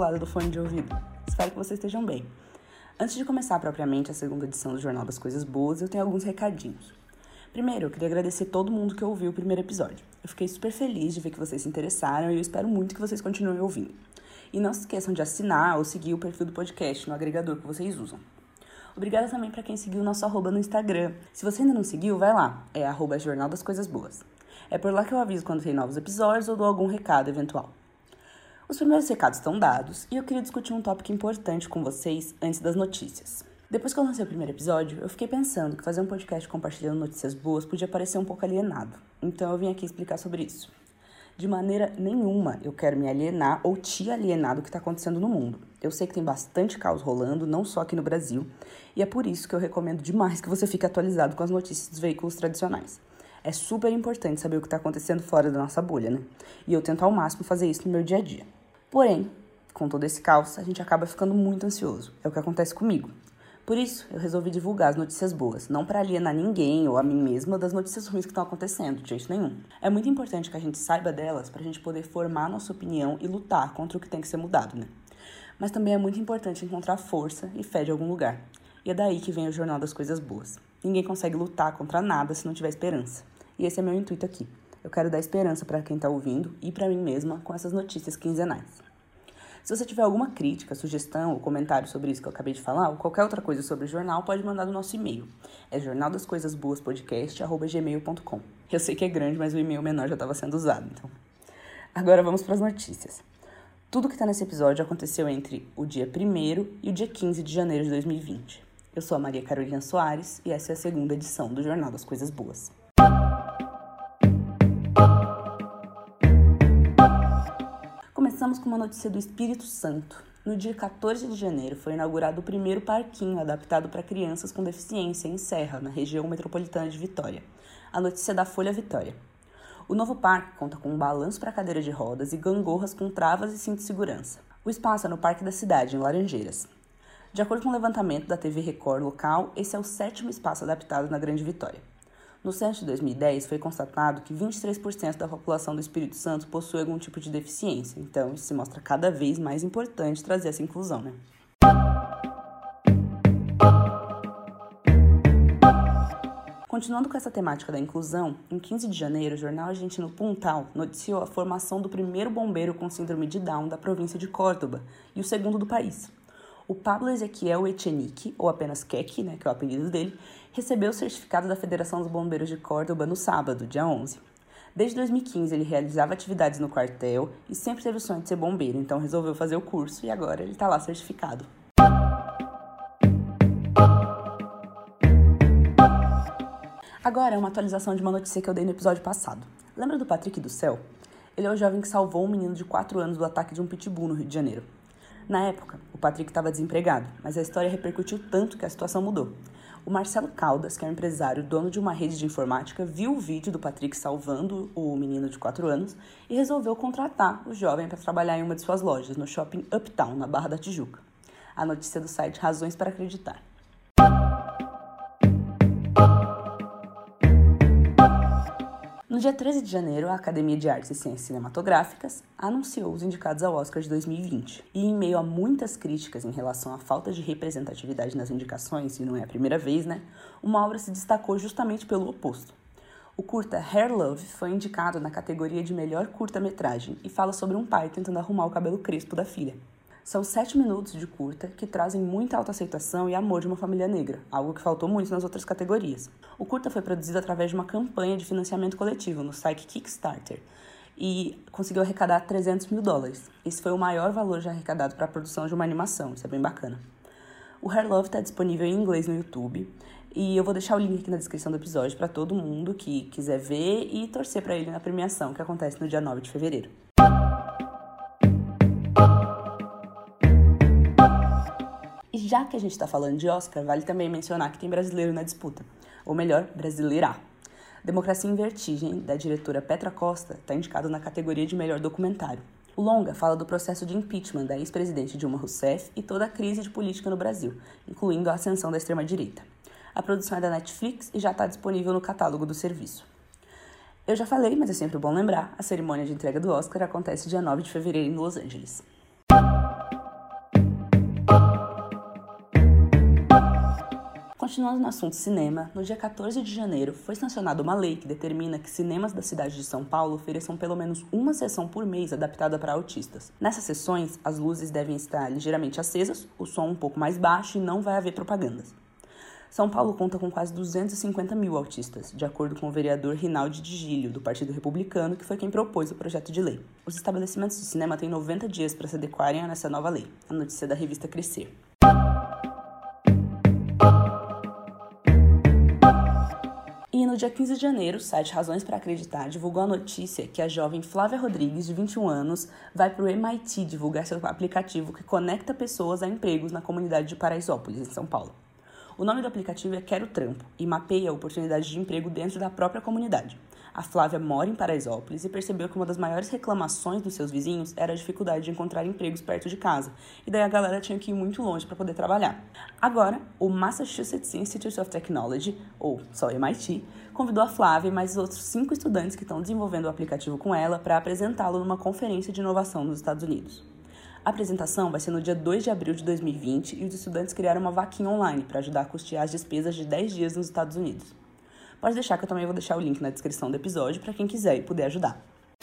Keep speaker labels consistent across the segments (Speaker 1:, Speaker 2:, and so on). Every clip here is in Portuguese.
Speaker 1: lado do fone de ouvido. Espero que vocês estejam bem. Antes de começar propriamente a segunda edição do Jornal das Coisas Boas, eu tenho alguns recadinhos. Primeiro, eu queria agradecer todo mundo que ouviu o primeiro episódio. Eu fiquei super feliz de ver que vocês se interessaram e eu espero muito que vocês continuem ouvindo. E não se esqueçam de assinar ou seguir o perfil do podcast no agregador que vocês usam. Obrigada também para quem seguiu o nosso @ no Instagram. Se você ainda não seguiu, vai lá, é @Jornal das Coisas Boas. É por lá que eu aviso quando tem novos episódios ou dou algum recado eventual. Os primeiros recados estão dados e eu queria discutir um tópico importante com vocês antes das notícias. Depois que eu lancei o primeiro episódio, eu fiquei pensando que fazer um podcast compartilhando notícias boas podia parecer um pouco alienado. Então eu vim aqui explicar sobre isso. De maneira nenhuma eu quero me alienar ou te alienar do que está acontecendo no mundo. Eu sei que tem bastante caos rolando, não só aqui no Brasil, e é por isso que eu recomendo demais que você fique atualizado com as notícias dos veículos tradicionais. É super importante saber o que está acontecendo fora da nossa bolha, né? E eu tento ao máximo fazer isso no meu dia a dia. Porém, com todo esse caos, a gente acaba ficando muito ansioso. É o que acontece comigo. Por isso, eu resolvi divulgar as notícias boas, não para alienar ninguém ou a mim mesma das notícias ruins que estão acontecendo, de jeito nenhum. É muito importante que a gente saiba delas para a gente poder formar nossa opinião e lutar contra o que tem que ser mudado, né? Mas também é muito importante encontrar força e fé de algum lugar. E é daí que vem o Jornal das Coisas Boas. Ninguém consegue lutar contra nada se não tiver esperança. E esse é meu intuito aqui. Eu quero dar esperança para quem está ouvindo e para mim mesma com essas notícias quinzenais. Se você tiver alguma crítica, sugestão ou comentário sobre isso que eu acabei de falar, ou qualquer outra coisa sobre o jornal, pode mandar no nosso e-mail. É jornaldascoisasboaspodcast@gmail.com. Eu sei que é grande, mas o e-mail menor já estava sendo usado, então. Agora vamos para as notícias. Tudo que está nesse episódio aconteceu entre o dia 1º e o dia 15 de janeiro de 2020. Eu sou a Maria Carolina Soares e essa é a segunda edição do Jornal das Coisas Boas. Começamos com uma notícia do Espírito Santo. No dia 14 de janeiro foi inaugurado o primeiro parquinho adaptado para crianças com deficiência em Serra, na região metropolitana de Vitória. A notícia é da Folha Vitória. O novo parque conta com um balanço para cadeira de rodas e gangorras com travas e cinto de segurança. O espaço é no Parque da Cidade, em Laranjeiras. De acordo com o levantamento da TV Record local, esse é o 7º espaço adaptado na Grande Vitória. No censo de 2010, foi constatado que 23% da população do Espírito Santo possui algum tipo de deficiência. Então, isso se mostra cada vez mais importante trazer essa inclusão, né? Continuando com essa temática da inclusão, em 15 de janeiro, o jornal argentino Puntal noticiou a formação do primeiro bombeiro com síndrome de Down da província de Córdoba e o segundo do país. O Pablo Ezequiel Echenique, ou apenas Keki, que é o apelido dele, recebeu o certificado da Federação dos Bombeiros de Córdoba no sábado, dia 11. Desde 2015, ele realizava atividades no quartel e sempre teve o sonho de ser bombeiro, então resolveu fazer o curso e agora ele está lá certificado. Agora é uma atualização de uma notícia que eu dei no episódio passado. Lembra do Patrick do Céu? Ele é o jovem que salvou um menino de 4 anos do ataque de um pitbull no Rio de Janeiro. Na época, o Patrick estava desempregado, mas a história repercutiu tanto que a situação mudou. O Marcelo Caldas, que é um empresário, dono de uma rede de informática, viu o vídeo do Patrick salvando o menino de 4 anos e resolveu contratar o jovem para trabalhar em uma de suas lojas, no shopping Uptown, na Barra da Tijuca. A notícia é do site Razões para Acreditar. No dia 13 de janeiro, a Academia de Artes e Ciências Cinematográficas anunciou os indicados ao Oscar de 2020. E em meio a muitas críticas em relação à falta de representatividade nas indicações, e não é a primeira vez, uma obra se destacou justamente pelo oposto. O curta Hair Love foi indicado na categoria de melhor curta-metragem e fala sobre um pai tentando arrumar o cabelo crespo da filha. São 7 minutos de curta que trazem muita autoaceitação e amor de uma família negra, algo que faltou muito nas outras categorias. O curta foi produzido através de uma campanha de financiamento coletivo no site Kickstarter e conseguiu arrecadar $300 mil. Esse foi o maior valor já arrecadado para a produção de uma animação, isso é bem bacana. O Hair Love está disponível em inglês no YouTube e eu vou deixar o link aqui na descrição do episódio para todo mundo que quiser ver e torcer para ele na premiação que acontece no dia 9 de fevereiro. E já que a gente está falando de Oscar, vale também mencionar que tem brasileiro na disputa. Ou melhor, brasileirá. Democracia em Vertigem, da diretora Petra Costa, está indicado na categoria de melhor documentário. O longa fala do processo de impeachment da ex-presidente Dilma Rousseff e toda a crise de política no Brasil, incluindo a ascensão da extrema-direita. A produção é da Netflix e já está disponível no catálogo do serviço. Eu já falei, mas é sempre bom lembrar, a cerimônia de entrega do Oscar acontece dia 9 de fevereiro em Los Angeles. Continuando no assunto cinema, no dia 14 de janeiro foi sancionada uma lei que determina que cinemas da cidade de São Paulo ofereçam pelo menos uma sessão por mês adaptada para autistas. Nessas sessões, as luzes devem estar ligeiramente acesas, o som um pouco mais baixo e não vai haver propagandas. São Paulo conta com quase 250 mil autistas, de acordo com o vereador Rinaldi de Gílio, do Partido Republicano, que foi quem propôs o projeto de lei. Os estabelecimentos de cinema têm 90 dias para se adequarem a essa nova lei. A notícia da revista Crescer. E no dia 15 de janeiro, o site Razões para Acreditar divulgou a notícia que a jovem Flávia Rodrigues, de 21 anos, vai para o MIT divulgar seu aplicativo que conecta pessoas a empregos na comunidade de Paraisópolis, em São Paulo. O nome do aplicativo é Quero Trampo e mapeia oportunidades de emprego dentro da própria comunidade. A Flávia mora em Paraisópolis e percebeu que uma das maiores reclamações dos seus vizinhos era a dificuldade de encontrar empregos perto de casa, e daí a galera tinha que ir muito longe para poder trabalhar. Agora, o Massachusetts Institute of Technology, ou só MIT, convidou a Flávia e mais outros 5 estudantes que estão desenvolvendo o aplicativo com ela para apresentá-lo numa conferência de inovação nos Estados Unidos. A apresentação vai ser no dia 2 de abril de 2020 e os estudantes criaram uma vaquinha online para ajudar a custear as despesas de 10 dias nos Estados Unidos. Pode deixar que eu também vou deixar o link na descrição do episódio para quem quiser e puder ajudar.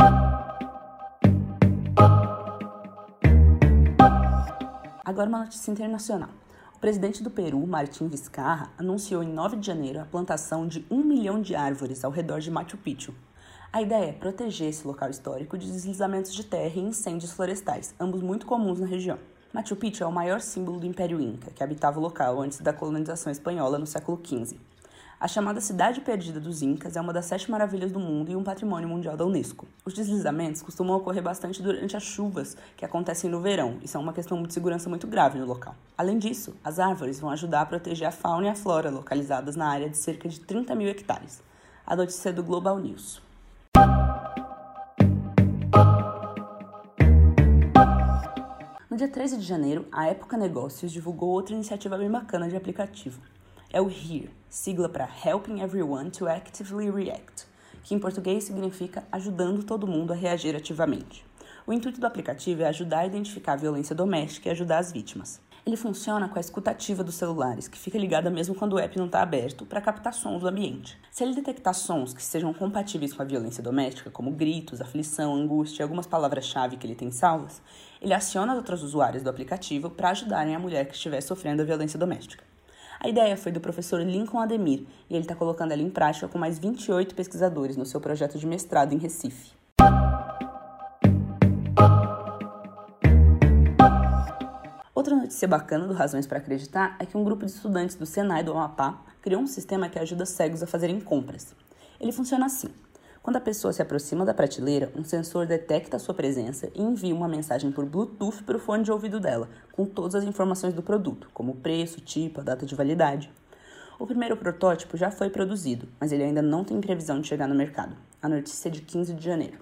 Speaker 1: Agora uma notícia internacional. O presidente do Peru, Martín Vizcarra, anunciou em 9 de janeiro a plantação de 1 milhão de árvores ao redor de Machu Picchu. A ideia é proteger esse local histórico de deslizamentos de terra e incêndios florestais, ambos muito comuns na região. Machu Picchu é o maior símbolo do Império Inca, que habitava o local antes da colonização espanhola no século XV. A chamada Cidade Perdida dos Incas é uma das 7 maravilhas do mundo e um patrimônio mundial da Unesco. Os deslizamentos costumam ocorrer bastante durante as chuvas que acontecem no verão e são uma questão de segurança muito grave no local. Além disso, as árvores vão ajudar a proteger a fauna e a flora localizadas na área de cerca de 30 mil hectares. A notícia é do Global News. No dia 13 de janeiro, a Época Negócios divulgou outra iniciativa bem bacana de aplicativo. É o HERE, sigla para Helping Everyone to Actively React, que em português significa ajudando todo mundo a reagir ativamente. O intuito do aplicativo é ajudar a identificar a violência doméstica e ajudar as vítimas. Ele funciona com a escutativa dos celulares, que fica ligada mesmo quando o app não está aberto, para captar sons do ambiente. Se ele detectar sons que sejam compatíveis com a violência doméstica, como gritos, aflição, angústia e algumas palavras-chave que ele tem salvas, ele aciona as outras usuárias do aplicativo para ajudarem a mulher que estiver sofrendo a violência doméstica. A ideia foi do professor Lincoln Ademir, e ele está colocando ela em prática com mais 28 pesquisadores no seu projeto de mestrado em Recife. Outra notícia bacana do Razões para Acreditar é que um grupo de estudantes do Senai do Amapá criou um sistema que ajuda cegos a fazerem compras. Ele funciona assim. Quando a pessoa se aproxima da prateleira, um sensor detecta a sua presença e envia uma mensagem por Bluetooth para o fone de ouvido dela, com todas as informações do produto, como o preço, tipo, a data de validade. O primeiro protótipo já foi produzido, mas ele ainda não tem previsão de chegar no mercado. A notícia é de 15 de janeiro.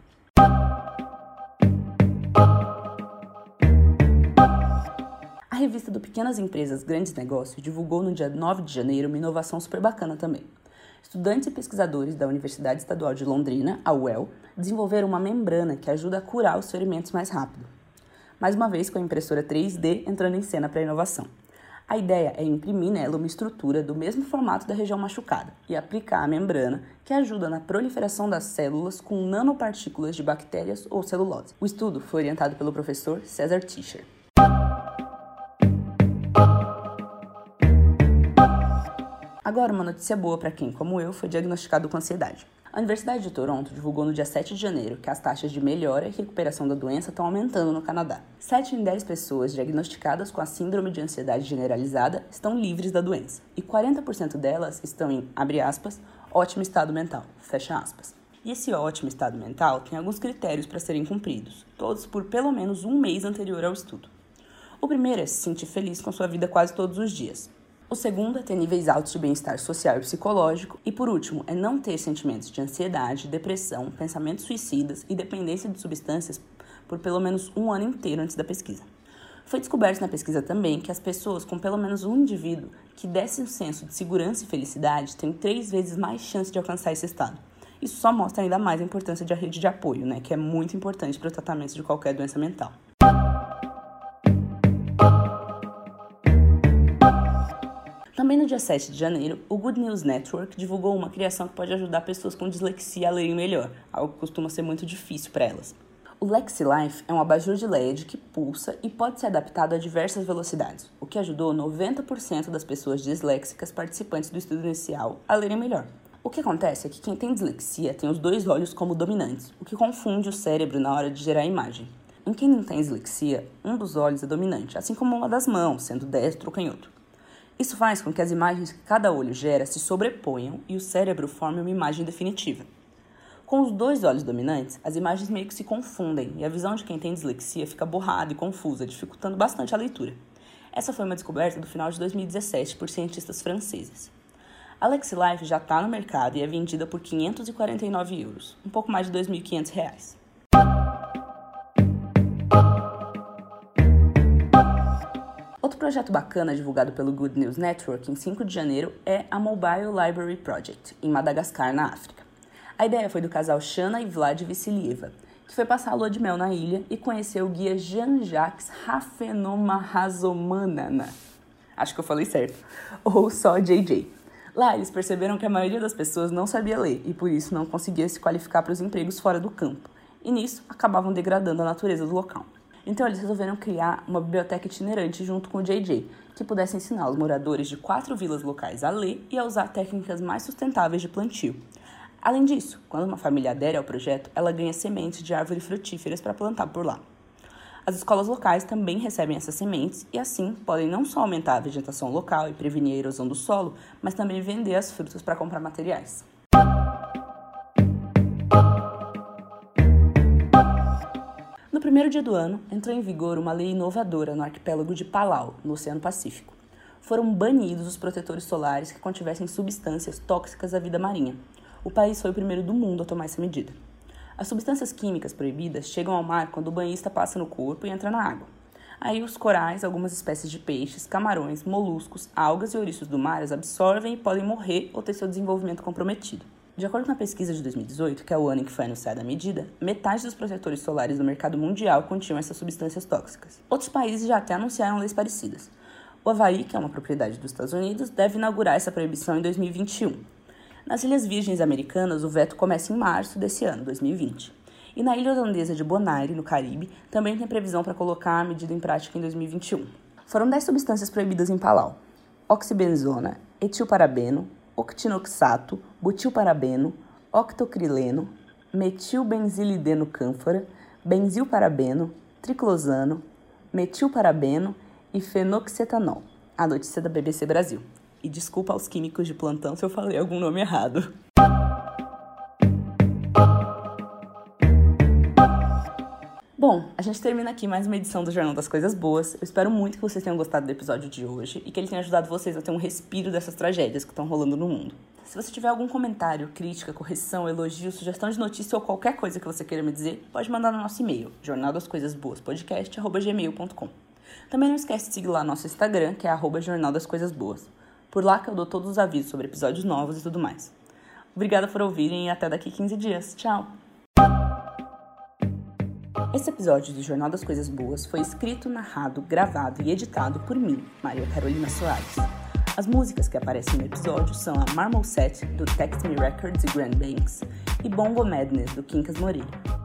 Speaker 1: A revista do Pequenas Empresas Grandes Negócios divulgou no dia 9 de janeiro uma inovação super bacana também. Estudantes e pesquisadores da Universidade Estadual de Londrina, a UEL, desenvolveram uma membrana que ajuda a curar os ferimentos mais rápido. Mais uma vez com a impressora 3D entrando em cena para a inovação. A ideia é imprimir nela uma estrutura do mesmo formato da região machucada e aplicar a membrana, que ajuda na proliferação das células com nanopartículas de bactérias ou celulose. O estudo foi orientado pelo professor César Tischer. Agora, uma notícia boa para quem, como eu, foi diagnosticado com ansiedade. A Universidade de Toronto divulgou no dia 7 de janeiro que as taxas de melhora e recuperação da doença estão aumentando no Canadá. 7 em 10 pessoas diagnosticadas com a síndrome de ansiedade generalizada estão livres da doença, e 40% delas estão em, abre aspas, ótimo estado mental, fecha aspas. E esse ótimo estado mental tem alguns critérios para serem cumpridos, todos por pelo menos um mês anterior ao estudo. O primeiro é se sentir feliz com sua vida quase todos os dias. O segundo é ter níveis altos de bem-estar social e psicológico. E por último, é não ter sentimentos de ansiedade, depressão, pensamentos suicidas e dependência de substâncias por pelo menos um ano inteiro antes da pesquisa. Foi descoberto na pesquisa também que as pessoas com pelo menos um indivíduo que desse um senso de segurança e felicidade têm 3 vezes mais chance de alcançar esse estado. Isso só mostra ainda mais a importância da rede de apoio, que é muito importante para o tratamento de qualquer doença mental. Também no dia 7 de janeiro, o Good News Network divulgou uma criação que pode ajudar pessoas com dislexia a lerem melhor, algo que costuma ser muito difícil para elas. O LexiLife é um abajur de LED que pulsa e pode ser adaptado a diversas velocidades, o que ajudou 90% das pessoas disléxicas participantes do estudo inicial a lerem melhor. O que acontece é que quem tem dislexia tem os dois olhos como dominantes, o que confunde o cérebro na hora de gerar a imagem. Em quem não tem dislexia, um dos olhos é dominante, assim como uma das mãos, sendo destro ou canhoto. Isso faz com que as imagens que cada olho gera se sobreponham e o cérebro forme uma imagem definitiva. Com os dois olhos dominantes, as imagens meio que se confundem e a visão de quem tem dislexia fica borrada e confusa, dificultando bastante a leitura. Essa foi uma descoberta do final de 2017 por cientistas franceses. A LexiLife já está no mercado e é vendida por €549, um pouco mais de R$2.500. Outro projeto bacana divulgado pelo Good News Network em 5 de janeiro é a Mobile Library Project, em Madagascar, na África. A ideia foi do casal Shana e Vlad Vassilieva, que foi passar a lua de mel na ilha e conheceu o guia Jean-Jacques Rafenomahazomanana. Acho que eu falei certo. Ou só JJ. Lá eles perceberam que a maioria das pessoas não sabia ler e por isso não conseguia se qualificar para os empregos fora do campo. E nisso acabavam degradando a natureza do local. Então eles resolveram criar uma biblioteca itinerante junto com o JJ, que pudesse ensinar os moradores de 4 vilas locais a ler e a usar técnicas mais sustentáveis de plantio. Além disso, quando uma família adere ao projeto, ela ganha sementes de árvores frutíferas para plantar por lá. As escolas locais também recebem essas sementes e assim podem não só aumentar a vegetação local e prevenir a erosão do solo, mas também vender as frutas para comprar materiais. No primeiro dia do ano, entrou em vigor uma lei inovadora no arquipélago de Palau, no Oceano Pacífico. Foram banidos os protetores solares que contivessem substâncias tóxicas à vida marinha. O país foi o primeiro do mundo a tomar essa medida. As substâncias químicas proibidas chegam ao mar quando o banhista passa no corpo e entra na água. Aí os corais, algumas espécies de peixes, camarões, moluscos, algas e ouriços do mar as absorvem e podem morrer ou ter seu desenvolvimento comprometido. De acordo com a pesquisa de 2018, que é o ano em que foi anunciada a medida, metade dos protetores solares do mercado mundial continham essas substâncias tóxicas. Outros países já até anunciaram leis parecidas. O Havaí, que é uma propriedade dos Estados Unidos, deve inaugurar essa proibição em 2021. Nas Ilhas Virgens Americanas, o veto começa em março desse ano, 2020. E na ilha holandesa de Bonaire, no Caribe, também tem previsão para colocar a medida em prática em 2021. Foram 10 substâncias proibidas em Palau: oxibenzona, etilparabeno, octinoxato, butilparabeno, octocrileno, metilbenzilideno cânfora, benzilparabeno, triclosano, metilparabeno e fenoxetanol. A notícia da BBC Brasil. E desculpa aos químicos de plantão se eu falei algum nome errado. Bom, a gente termina aqui mais uma edição do Jornal das Coisas Boas. Eu espero muito que vocês tenham gostado do episódio de hoje e que ele tenha ajudado vocês a ter um respiro dessas tragédias que estão rolando no mundo. Se você tiver algum comentário, crítica, correção, elogio, sugestão de notícia ou qualquer coisa que você queira me dizer, pode mandar no nosso e-mail, jornaldascoisasboaspodcast@gmail.com. Também não esquece de seguir lá nosso Instagram, que é @jornaldascoisasboas. Por lá que eu dou todos os avisos sobre episódios novos e tudo mais. Obrigada por ouvirem e até daqui 15 dias. Tchau! Esse episódio do Jornal das Coisas Boas foi escrito, narrado, gravado e editado por mim, Maria Carolina Soares. As músicas que aparecem no episódio são a Marmoset, do Text Me Records e Grand Banks, e Bongo Madness, do Quincas Moreira.